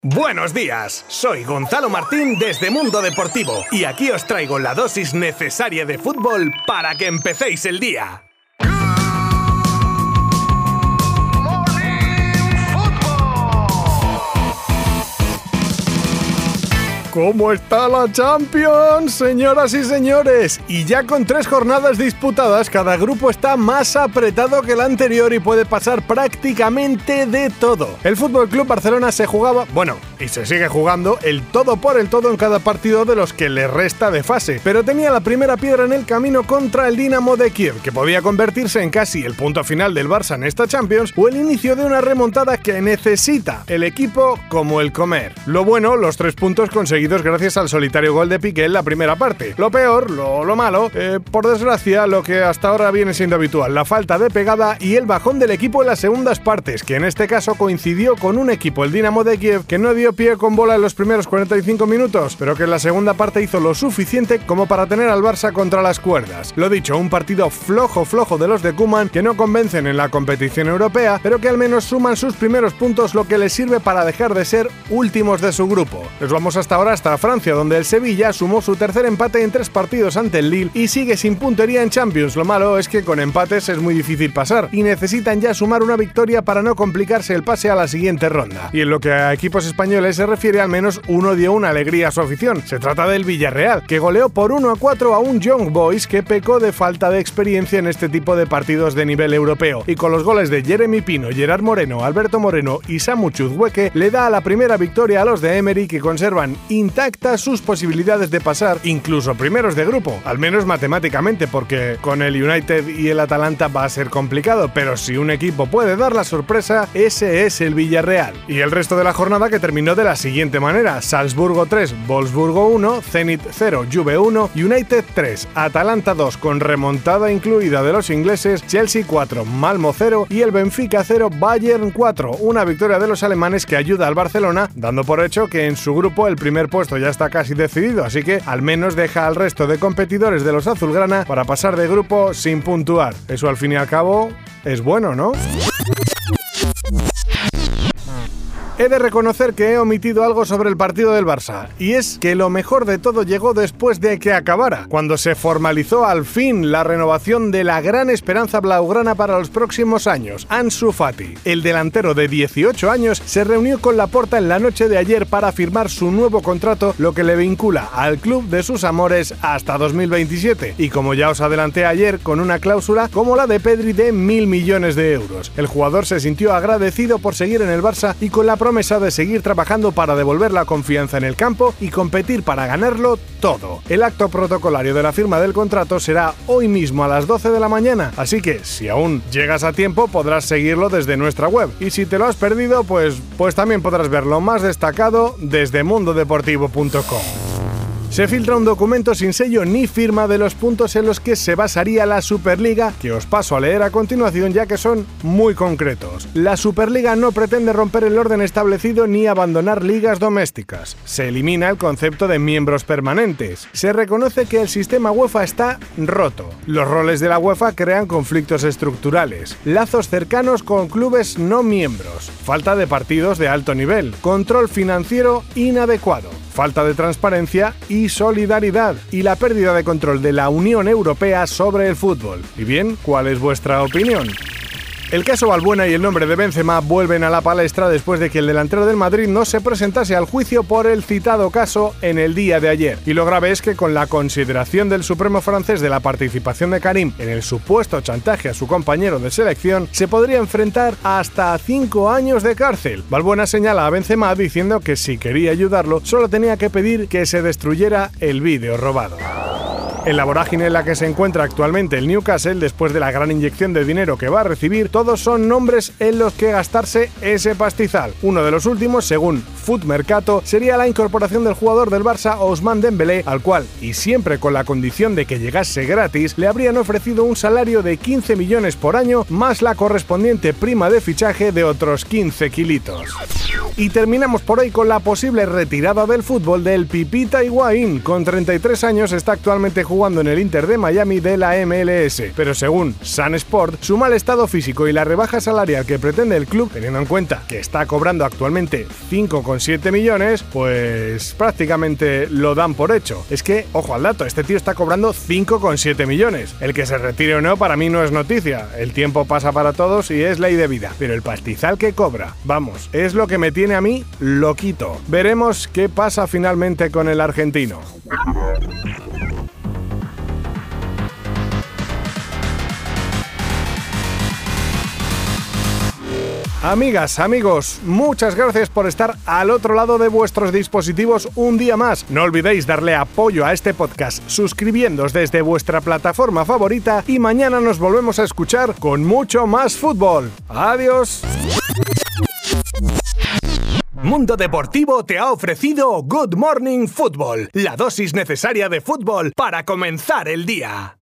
Buenos días, soy Gonzalo Martín desde Mundo Deportivo y aquí os traigo la dosis necesaria de fútbol para que empecéis el día. ¿Cómo está la Champions, señoras y señores? Y ya con 3 jornadas disputadas, cada grupo está más apretado que el anterior y puede pasar prácticamente de todo. El FC Barcelona se jugaba, y se sigue jugando, el todo por el todo en cada partido de los que le resta de fase, pero tenía la primera piedra en el camino contra el Dinamo de Kiev, que podía convertirse en casi el punto final del Barça en esta Champions o el inicio de una remontada que necesita el equipo como el comer. Lo bueno, los 3 puntos conseguidos gracias al solitario gol de Piqué en la primera parte. Lo peor, lo malo, por desgracia, lo que hasta ahora viene siendo habitual, la falta de pegada y el bajón del equipo en las segundas partes, que en este caso coincidió con un equipo, el Dinamo de Kiev, que no dio pie con bola en los primeros 45 minutos, pero que en la segunda parte hizo lo suficiente como para tener al Barça contra las cuerdas. Lo dicho, un partido flojo de los de Koeman, que no convencen en la competición europea, pero que al menos suman sus primeros puntos, lo que les sirve para dejar de ser últimos de su grupo. Nos vamos hasta ahora hasta Francia, donde el Sevilla sumó su tercer empate en 3 partidos ante el Lille y sigue sin puntería en Champions. Lo malo es que con empates es muy difícil pasar y necesitan ya sumar una victoria para no complicarse el pase a la siguiente ronda. Y en lo que a equipos españoles se refiere, al menos uno dio una alegría a su afición. Se trata del Villarreal, que goleó por 1-4 a un Young Boys que pecó de falta de experiencia en este tipo de partidos de nivel europeo, y con los goles de Jeremy Pino, Gerard Moreno, Alberto Moreno y Samu Chukwueze le da la primera victoria a los de Emery, que conservan intactas sus posibilidades de pasar incluso primeros de grupo, al menos matemáticamente, porque con el United y el Atalanta va a ser complicado, pero si un equipo puede dar la sorpresa, ese es el Villarreal. Y el resto de la jornada, que terminó de la siguiente manera: Salzburgo 3, Wolfsburgo 1, Zenit 0, Juve 1, United 3, Atalanta 2 con remontada incluida de los ingleses, Chelsea 4, Malmo 0 y el Benfica 0, Bayern 4, una victoria de los alemanes que ayuda al Barcelona, dando por hecho que en su grupo el primer puesto ya está casi decidido, así que al menos deja al resto de competidores de los azulgrana para pasar de grupo sin puntuar. Eso al fin y al cabo es bueno, ¿no? He de reconocer que he omitido algo sobre el partido del Barça, y es que lo mejor de todo llegó después de que acabara, cuando se formalizó al fin la renovación de la gran esperanza blaugrana para los próximos años, Ansu Fati. El delantero de 18 años se reunió con Laporta en la noche de ayer para firmar su nuevo contrato, lo que le vincula al club de sus amores hasta 2027, y como ya os adelanté ayer, con una cláusula como la de Pedri de 1.000 millones de euros. El jugador se sintió agradecido por seguir en el Barça y con la promesa de seguir trabajando para devolver la confianza en el campo y competir para ganarlo todo. El acto protocolario de la firma del contrato será hoy mismo a las 12 de la mañana, así que si aún llegas a tiempo podrás seguirlo desde nuestra web, y si te lo has perdido, pues también podrás ver lo más destacado desde mundodeportivo.com. Se filtra un documento sin sello ni firma de los puntos en los que se basaría la Superliga, que os paso a leer a continuación ya que son muy concretos. La Superliga no pretende romper el orden establecido ni abandonar ligas domésticas. Se elimina el concepto de miembros permanentes. Se reconoce que el sistema UEFA está roto. Los roles de la UEFA crean conflictos estructurales. Lazos cercanos con clubes no miembros. Falta de partidos de alto nivel. Control financiero inadecuado. Falta de transparencia y solidaridad, y la pérdida de control de la Unión Europea sobre el fútbol. Y bien, ¿cuál es vuestra opinión? El caso Valbuena y el nombre de Benzema vuelven a la palestra después de que el delantero del Madrid no se presentase al juicio por el citado caso en el día de ayer. Y lo grave es que con la consideración del Supremo francés de la participación de Karim en el supuesto chantaje a su compañero de selección, se podría enfrentar hasta 5 años de cárcel. Valbuena señala a Benzema diciendo que si quería ayudarlo, solo tenía que pedir que se destruyera el vídeo robado. En la vorágine en la que se encuentra actualmente el Newcastle, después de la gran inyección de dinero que va a recibir, todos son nombres en los que gastarse ese pastizal. Uno de los últimos, según Foot Mercato, sería la incorporación del jugador del Barça Ousmane Dembélé, al cual, y siempre con la condición de que llegase gratis, le habrían ofrecido un salario de 15 millones por año, más la correspondiente prima de fichaje de otros 15 kilitos. Y terminamos por hoy con la posible retirada del fútbol del Pipita Higuaín. Con 33 años está actualmente jugando en el Inter de Miami de la MLS, pero según Sun Sport, su mal estado físico y la rebaja salarial que pretende el club, teniendo en cuenta que está cobrando actualmente 5,5 5,7 millones, pues prácticamente lo dan por hecho. Es que, ojo al dato, este tío está cobrando 5,7 millones. El que se retire o no para mí no es noticia. El tiempo pasa para todos y es ley de vida. Pero el pastizal que cobra, vamos, es lo que me tiene a mí loquito. Veremos qué pasa finalmente con el argentino. Amigas, amigos, muchas gracias por estar al otro lado de vuestros dispositivos un día más. No olvidéis darle apoyo a este podcast suscribiéndoos desde vuestra plataforma favorita y mañana nos volvemos a escuchar con mucho más fútbol. ¡Adiós! Mundo Deportivo te ha ofrecido Good Morning Football, la dosis necesaria de fútbol para comenzar el día.